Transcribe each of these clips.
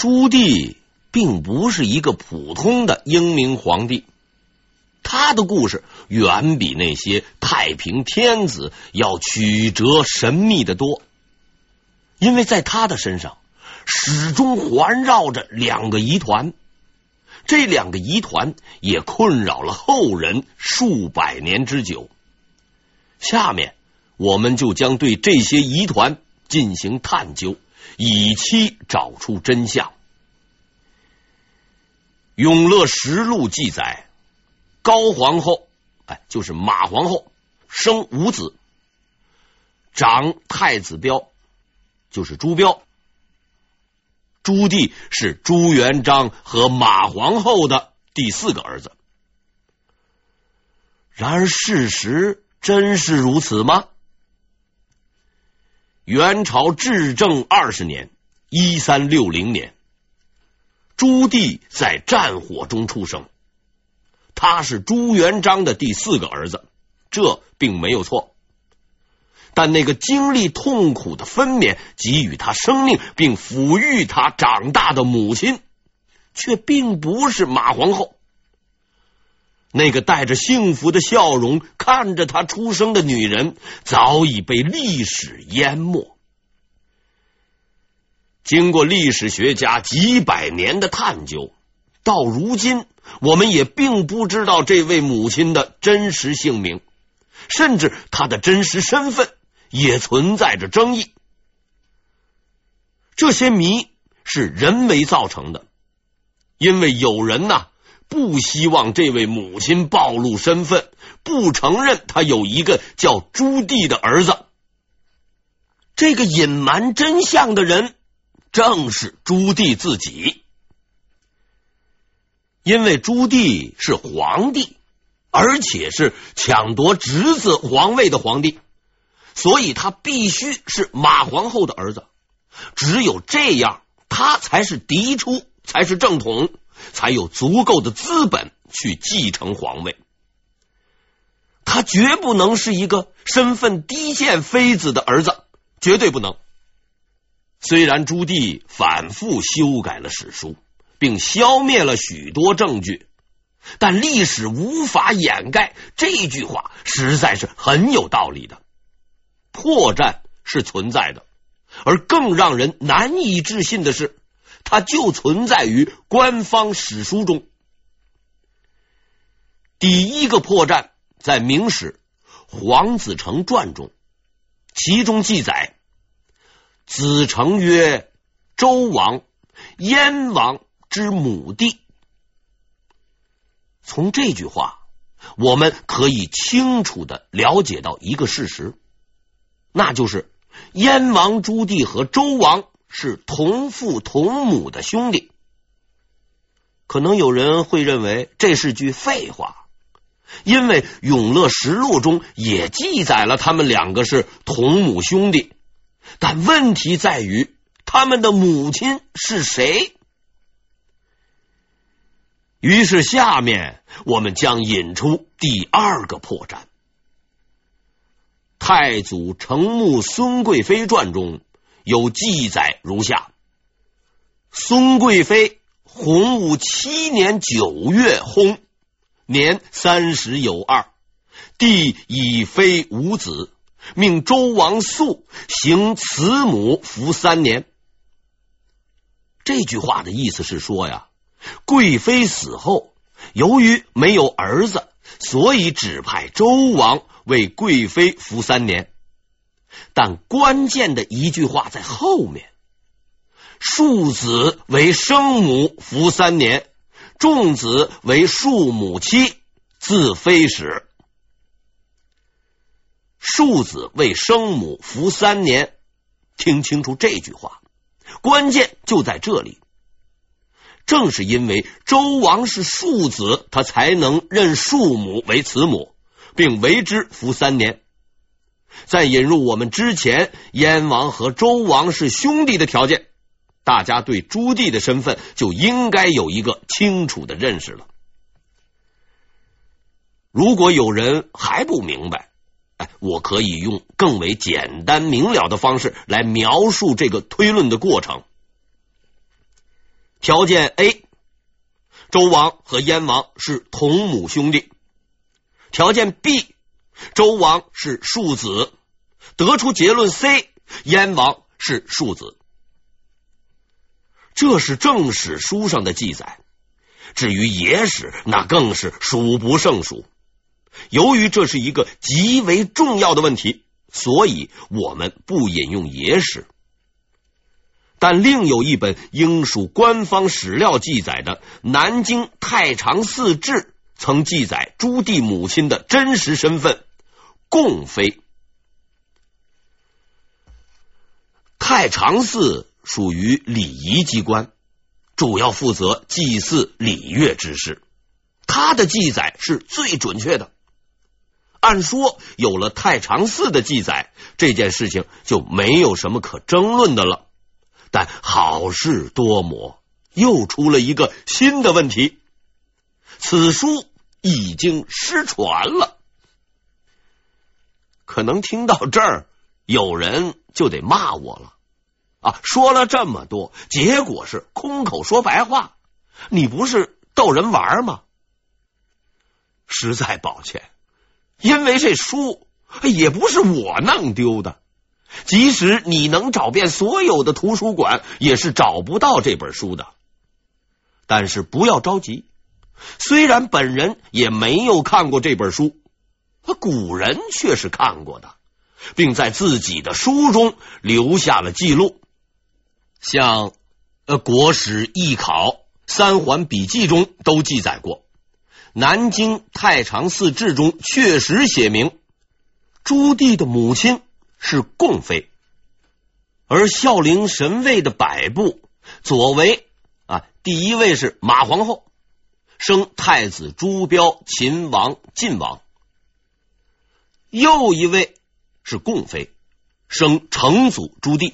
朱棣并不是一个普通的英明皇帝，他的故事远比那些太平天子要曲折神秘的多，因为在他的身上始终环绕着两个疑团，这两个疑团也困扰了后人数百年之久。下面我们就将对这些疑团进行探究，以期找出真相。《永乐实录》记载，高皇后，就是马皇后，生五子，长太子彪，就是朱标。朱棣是朱元璋和马皇后的第4个儿子。然而事实真是如此吗？元朝至正20年1360年，朱棣在战火中出生，他是朱元璋的第4个儿子，这并没有错。但那个经历痛苦的分娩，给予他生命并抚育他长大的母亲，却并不是马皇后。那个带着幸福的笑容看着他出生的女人，早已被历史淹没。经过历史学家几百年的探究，到如今我们也并不知道这位母亲的真实姓名，甚至她的真实身份也存在着争议。这些谜是人为造成的，因为有人不希望这位母亲暴露身份，不承认她有一个叫朱棣的儿子。这个隐瞒真相的人正是朱棣自己。因为朱棣是皇帝，而且是抢夺侄子皇位的皇帝，所以他必须是马皇后的儿子。只有这样，他才是嫡出，才是正统，才有足够的资本去继承皇位。他绝不能是一个身份低贱妃子的儿子，绝对不能。虽然朱棣反复修改了史书，并消灭了许多证据，但历史无法掩盖这句话实在是很有道理的。破绽是存在的，而更让人难以置信的是，它就存在于官方史书中。第一个破绽在《明史黄子成传》中，其中记载：子成曰：周王，燕王之母弟。从这句话，我们可以清楚地了解到一个事实，那就是燕王朱棣和周王是同父同母的兄弟。可能有人会认为这是句废话，因为《永乐实录》中也记载了他们两个是同母兄弟，但问题在于他们的母亲是谁？于是下面我们将引出第2个破绽。太祖承穆孙贵妃传中有记载如下：孙贵妃洪武7年9月薨，年30有2，帝已非无子，命周王肃行慈母服3年。这句话的意思是说呀，贵妃死后，由于没有儿子，所以指派周王为贵妃服3年。但关键的一句话在后面：庶子为生母服3年，众子为庶母妻，自妃始。庶子为生母服3年，听清楚这句话，关键就在这里。正是因为周王是庶子，他才能认庶母为慈母，并为之服3年。再引入我们之前燕王和周王是兄弟的条件，大家对朱棣的身份就应该有一个清楚的认识了。如果有人还不明白，我可以用更为简单明了的方式来描述这个推论的过程。 条件 A， 周王和燕王是同母兄弟。条件 B， 周王是庶子，得出结论 C， 燕王是庶子。这是正史书上的记载，至于野史那更是数不胜数。由于这是一个极为重要的问题，所以我们不引用野史。但另有一本应属官方史料记载的《南京太常寺志》曾记载朱棣母亲的真实身份共妃。太常寺属于礼仪机关，主要负责祭祀礼乐之事，它的记载是最准确的。按说有了太常寺的记载，这件事情就没有什么可争论的了。但好事多磨，又出了一个新的问题，此书已经失传了。可能听到这儿，有人就得骂我了说了这么多，结果是空口说白话，你不是逗人玩吗？实在抱歉，因为这书也不是我弄丢的，即使你能找遍所有的图书馆，也是找不到这本书的。但是不要着急，虽然本人也没有看过这本书，古人却是看过的，并在自己的书中留下了记录。像国史艺考、三环笔记中都记载过，南京太常寺志中确实写明朱棣的母亲是共妃，而孝陵神位的摆部左为第一位是马皇后，生太子朱标、秦王、晋王；右一位是共妃，生成祖朱棣。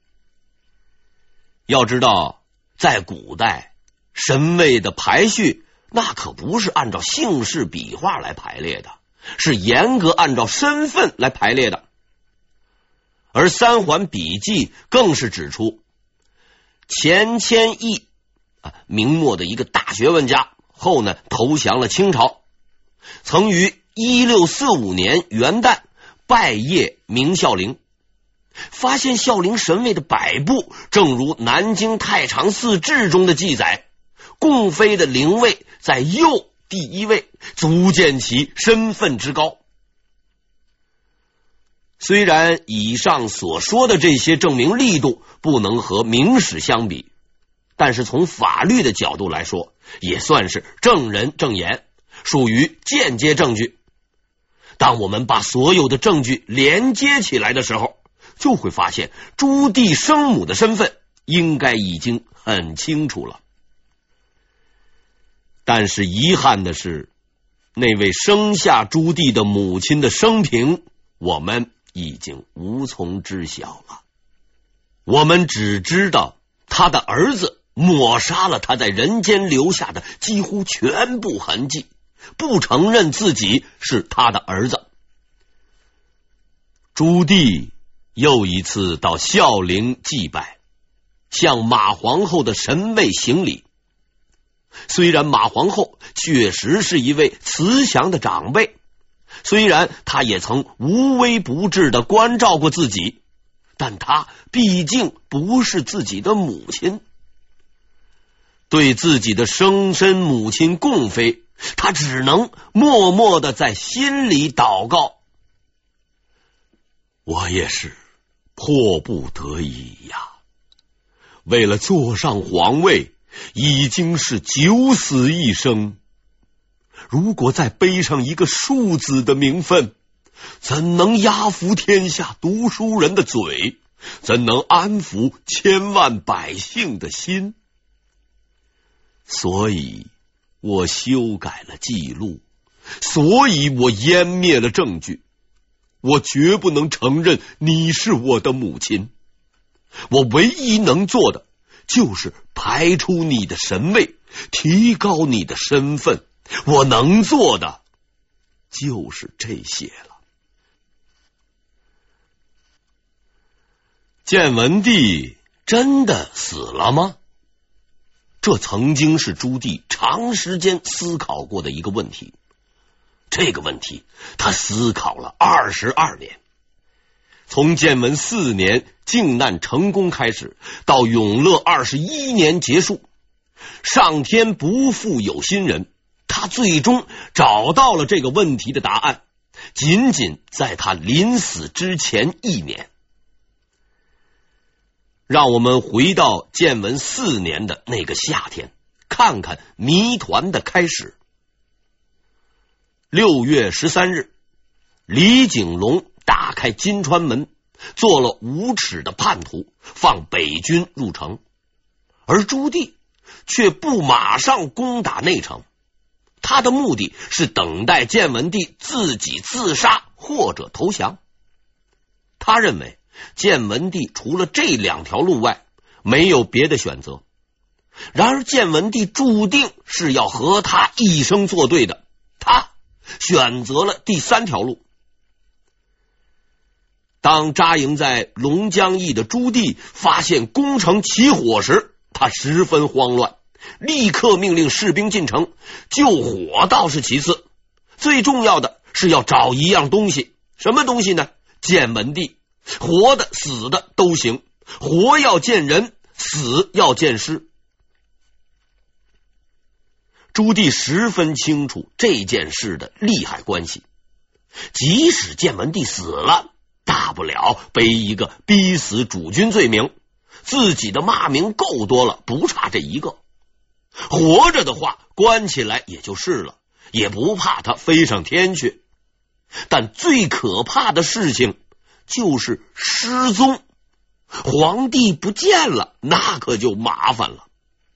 要知道，在古代，神位的排序那可不是按照姓氏笔画来排列的，是严格按照身份来排列的。而三环笔记更是指出，钱谦益明末的一个大学问家，后呢投降了清朝，曾于1645年元旦拜谒明孝陵，发现孝陵神位的摆布正如南京太常寺志中的记载，共妃的灵位在右第一位，足见其身份之高。虽然以上所说的这些证明力度不能和明史相比，但是从法律的角度来说，也算是证人证言，属于间接证据。当我们把所有的证据连接起来的时候，就会发现朱棣生母的身份应该已经很清楚了。但是遗憾的是，那位生下朱棣的母亲的生平我们已经无从知晓了。我们只知道他的儿子抹杀了他在人间留下的几乎全部痕迹，不承认自己是他的儿子。朱棣又一次到孝陵祭拜，向马皇后的神位行礼。虽然马皇后确实是一位慈祥的长辈，虽然她也曾无微不至的关照过自己，但她毕竟不是自己的母亲。对自己的生身母亲共妃，她只能默默的在心里祷告：我也是迫不得已呀，为了坐上皇位，已经是九死一生。如果再背上一个庶子的名分，怎能压服天下读书人的嘴？怎能安抚千万百姓的心？所以我修改了记录，所以我湮灭了证据。我绝不能承认你是我的母亲。我唯一能做的就是排除你的神位，提高你的身份。我能做的就是这些了。建文帝真的死了吗？ 这曾经是朱棣长时间思考过的一个问题。这个问题他思考了22年，从建文4年靖难成功开始，到永乐21年结束，上天不负有心人，他最终找到了这个问题的答案，仅仅在他临死之前1年。让我们回到建文4年的那个夏天，看看谜团的开始。6月13日，李景龙打开金川门，做了5尺的叛徒，放北军入城，而朱棣却不马上攻打内城，他的目的是等待建文帝自己自杀或者投降。他认为建文帝除了这2条路外没有别的选择，然而建文帝注定是要和他一生作对的，他选择了第3条路。当扎营在龙江驿的朱棣发现攻城起火时，他十分慌乱，立刻命令士兵进城。救火倒是其次，最重要的是要找一样东西。什么东西呢？建文帝，活的死的都行，活要见人，死要见尸。朱棣十分清楚这件事的利害关系，即使建文帝死了，大不了背一个逼死主君罪名，自己的骂名够多了，不差这一个。活着的话关起来也就是了，也不怕他飞上天去。但最可怕的事情就是失踪，皇帝不见了，那可就麻烦了。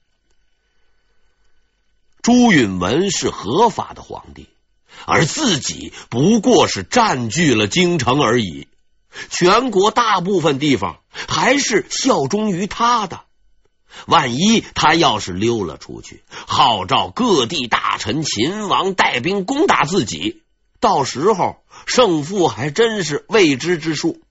朱允炆是合法的皇帝，而自己不过是占据了京城而已，全国大部分地方还是效忠于他的。万一他要是溜了出去，号召各地大臣秦王带兵攻打自己，到时候胜负还真是未知之数。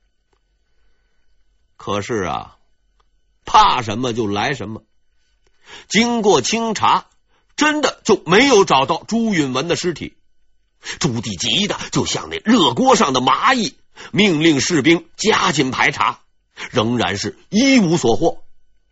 可是啊，怕什么就来什么。经过清查，真的就没有找到朱允炆的尸体。朱棣急的就像那热锅上的蚂蚁，命令士兵加紧排查，仍然是一无所获。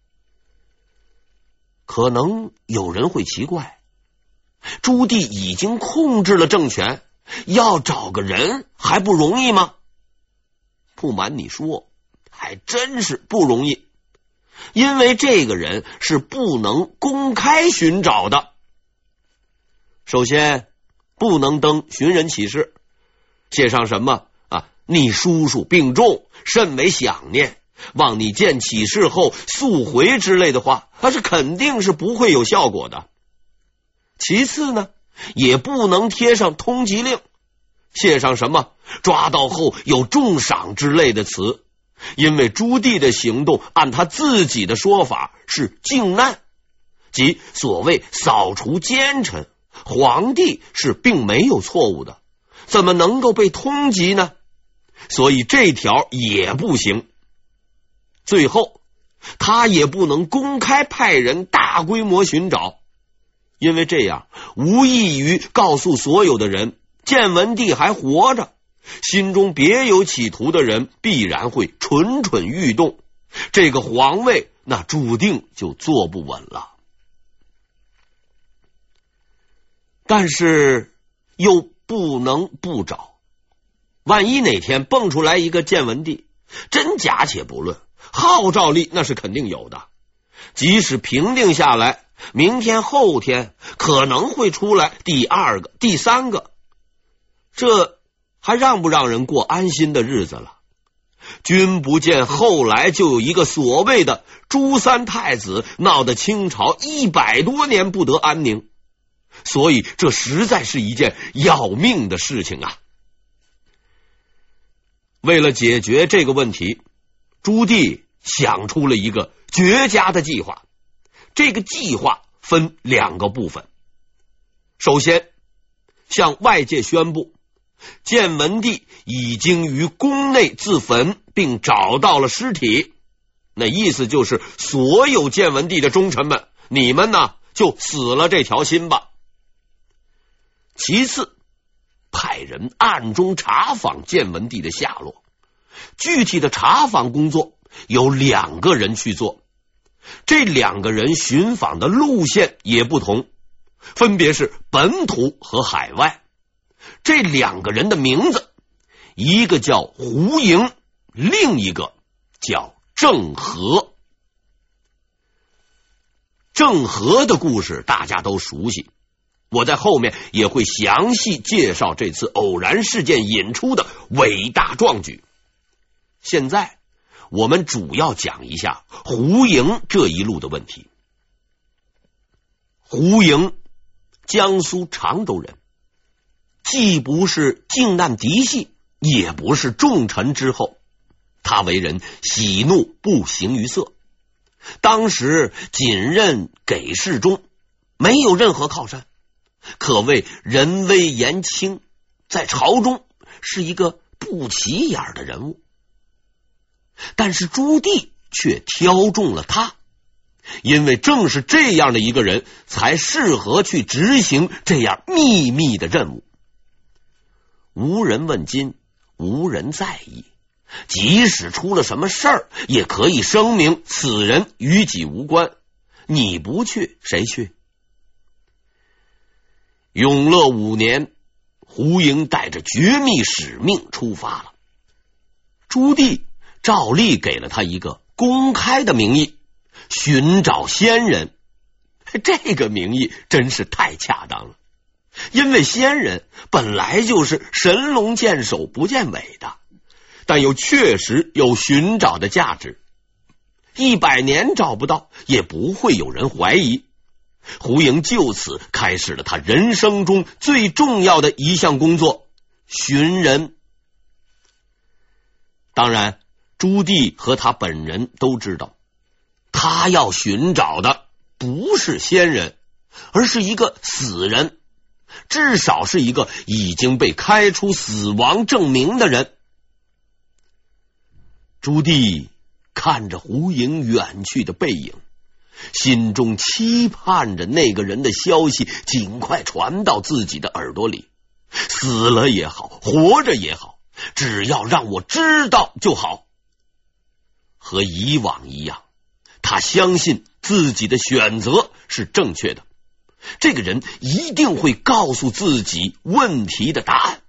可能有人会奇怪，朱棣已经控制了政权，要找个人还不容易吗？不瞒你说，还真是不容易，因为这个人是不能公开寻找的。首先，不能登寻人启事，写上什么你叔叔病重，甚为想念，望你见启事后速回之类的话，他是肯定是不会有效果的。其次呢，也不能贴上通缉令，写上什么抓到后有重赏之类的词，因为朱棣的行动按他自己的说法是靖难，即所谓扫除奸臣，皇帝是并没有错误的，怎么能够被通缉呢？所以这条也不行。最后，他也不能公开派人大规模寻找，因为这样无异于告诉所有的人建文帝还活着，心中别有企图的人必然会蠢蠢欲动，这个皇位那注定就坐不稳了。但是又不能不找，万一哪天蹦出来一个建文帝，真假且不论，号召力那是肯定有的，即使平定下来，明天后天可能会出来第2个第3个，这还让不让人过安心的日子了？君不见后来就有一个所谓的朱三太子，闹得清朝100多年不得安宁，所以这实在是一件要命的事情啊！为了解决这个问题，朱棣想出了一个绝佳的计划。这个计划分2个部分。首先，向外界宣布建文帝已经于宫内自焚，并找到了尸体。那意思就是所有建文帝的忠臣们你们呢就死了这条心吧。其次，派人暗中查访建文帝的下落。具体的查访工作有2个人去做，这2个人寻访的路线也不同，分别是本土和海外。这2个人的名字，一个叫胡盈，另一个叫郑和。郑和的故事大家都熟悉，我在后面也会详细介绍这次偶然事件引出的伟大壮举。现在我们主要讲一下胡盈这一路的问题。胡盈，江苏常州人，既不是靖难嫡系，也不是重臣之后，他为人喜怒不形于色。当时仅任给事中，没有任何靠山，可谓人微言轻，在朝中是一个不起眼的人物。但是朱棣却挑中了他，因为正是这样的一个人才适合去执行这样秘密的任务。无人问津，无人在意，即使出了什么事儿，也可以声明此人与己无关，你不去谁去？永乐5年，胡盈带着绝密使命出发了。朱棣照例给了他一个公开的名义，寻找仙人。这个名义真是太恰当了，因为仙人本来就是神龙见首不见尾的，但又确实有寻找的价值，100年找不到也不会有人怀疑。胡盈就此开始了他人生中最重要的一项工作——寻人。当然，朱棣和他本人都知道，他要寻找的不是仙人，而是一个死人，至少是一个已经被开出死亡证明的人。朱棣看着胡盈远去的背影，心中期盼着那个人的消息尽快传到自己的耳朵里，死了也好，活着也好，只要让我知道就好。和以往一样，他相信自己的选择是正确的，这个人一定会告诉自己问题的答案。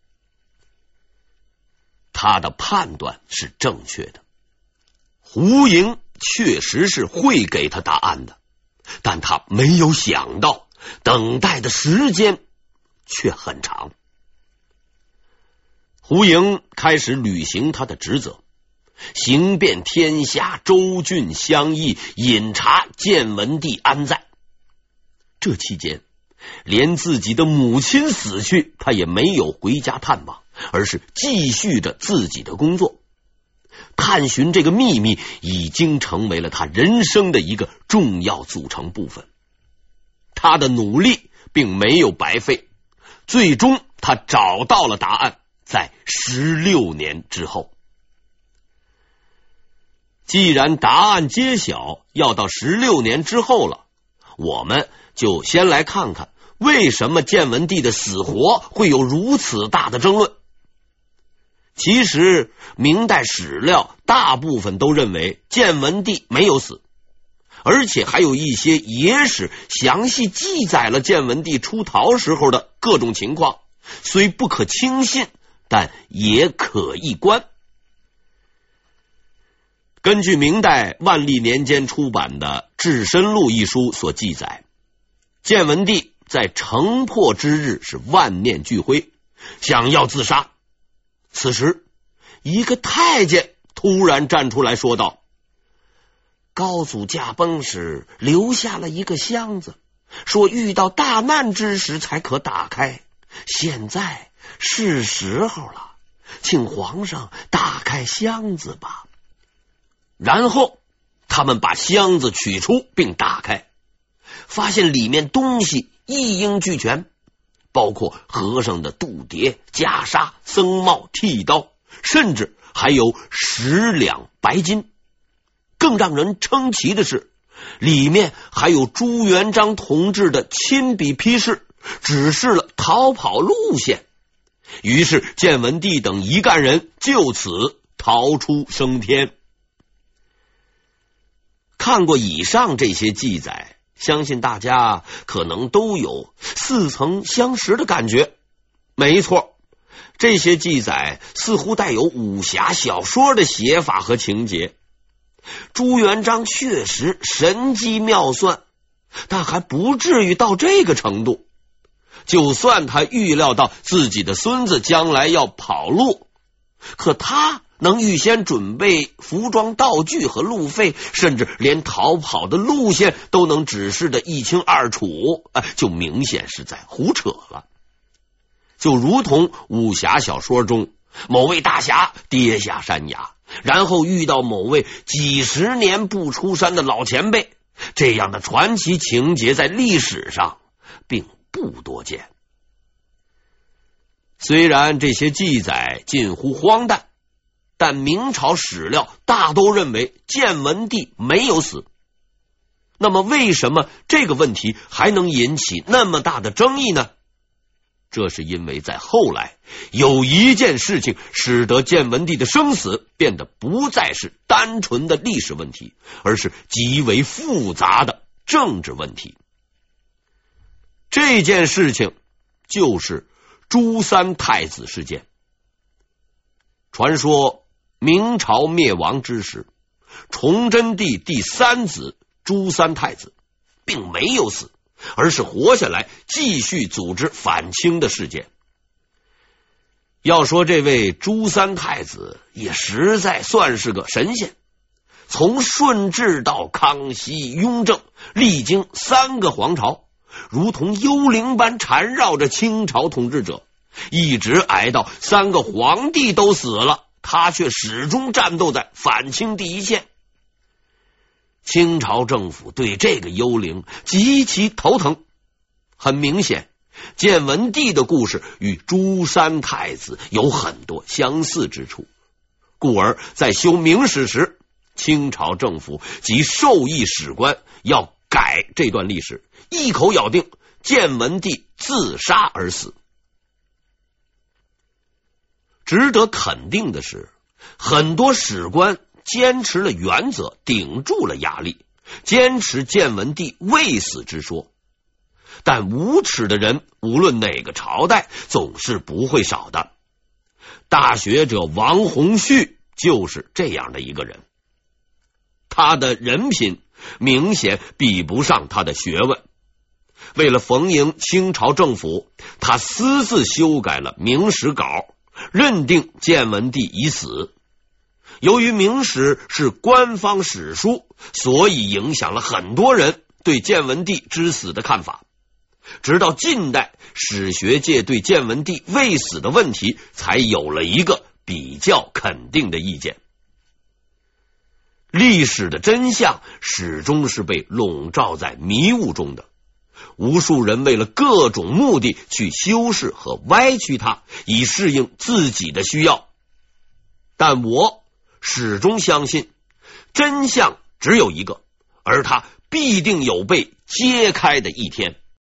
他的判断是正确的，胡盈确实是会给他答案的，但他没有想到等待的时间却很长。胡盈开始履行他的职责，行遍天下，州郡相议，饮查建文帝安在。这期间，连自己的母亲死去，他也没有回家探望，而是继续着自己的工作。探寻这个秘密已经成为了他人生的一个重要组成部分。他的努力并没有白费，最终他找到了答案，在16年之后。既然答案揭晓要到16年之后了，我们就先来看看为什么建文帝的死活会有如此大的争论。其实明代史料大部分都认为建文帝没有死，而且还有一些野史详细记载了建文帝出逃时候的各种情况，虽不可轻信，但也可一观。根据明代万历年间出版的《至申录》一书所记载，建文帝在城破之日是万念俱灰，想要自杀。此时一个太监突然站出来说道，高祖驾崩时留下了一个箱子，说遇到大难之时才可打开，现在是时候了，请皇上打开箱子吧。然后他们把箱子取出并打开，发现里面东西一应俱全，包括和尚的度牒、袈裟、僧帽、剃刀，甚至还有10两白金。更让人称奇的是， 里面还有朱元璋同志的亲笔批示，指示了逃跑路线。于是建文帝等一干人就此逃出升天。看过以上这些记载，相信大家可能都有似曾相识的感觉。没错，这些记载似乎带有武侠小说的写法和情节。朱元璋确实神机妙算，但还不至于到这个程度。就算他预料到自己的孙子将来要跑路，可他能预先准备服装道具和路费，甚至连逃跑的路线都能指示得一清二楚，就明显是在胡扯了。就如同武侠小说中某位大侠跌下山崖，然后遇到某位几十年不出山的老前辈，这样的传奇情节在历史上并不多见。虽然这些记载近乎荒诞，但明朝史料大都认为建文帝没有死。那么为什么这个问题还能引起那么大的争议呢？这是因为在后来有一件事情使得建文帝的生死变得不再是单纯的历史问题，而是极为复杂的政治问题。这件事情就是朱三太子事件。传说明朝灭亡之时，崇祯帝第三子朱三太子并没有死，而是活下来继续组织反清的事件。要说这位朱三太子也实在算是个神仙，从顺治到康熙、雍正，历经3个皇朝，如同幽灵般缠绕着清朝统治者，一直挨到3个皇帝都死了，他却始终战斗在反清第一线。清朝政府对这个幽灵极其头疼。很明显，建文帝的故事与朱三太子有很多相似之处，故而在修明史时，清朝政府及授意史官要改这段历史，一口咬定建文帝自杀而死。值得肯定的是，很多史官坚持了原则，顶住了压力，坚持建文帝未死之说。但无耻的人无论哪个朝代总是不会少的。大学者王洪绪就是这样的一个人，他的人品明显比不上他的学问。为了逢迎清朝政府，他私自修改了明史稿，认定建文帝已死。由于明史是官方史书，所以影响了很多人对建文帝之死的看法。直到近代，史学界对建文帝未死的问题才有了一个比较肯定的意见。历史的真相始终是被笼罩在迷雾中的，无数人为了各种目的去修饰和歪曲它，以适应自己的需要。但我始终相信，真相只有一个，而它必定有被揭开的一天。